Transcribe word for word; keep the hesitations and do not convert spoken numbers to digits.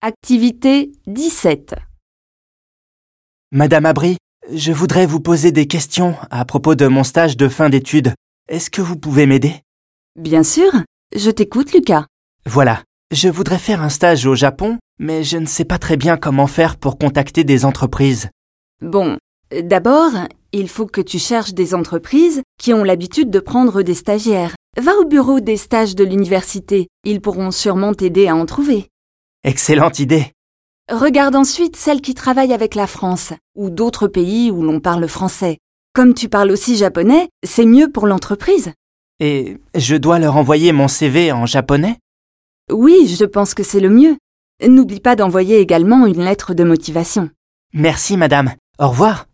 Activité dix-sept. Madame Abri, je voudrais vous poser des questions à propos de mon stage de fin d'études. Est-ce que vous pouvez m'aider? Bien sûr, je t'écoute, Lucas. Voilà, je voudrais faire un stage au Japon, mais je ne sais pas très bien comment faire pour contacter des entreprises. Bon, d'abord, il faut que tu cherches des entreprises qui ont l'habitude de prendre des stagiaires. Va au bureau des stages de l'université, ils pourront sûrement t'aider à en trouver. Excellente idée. Regarde ensuite celles qui travaillent avec la France ou d'autres pays où l'on parle français. Comme tu parles aussi japonais, c'est mieux pour l'entreprise. Et je dois leur envoyer mon C V en japonais? Oui, je pense que c'est le mieux. N'oublie pas d'envoyer également une lettre de motivation. Merci madame. Au revoir.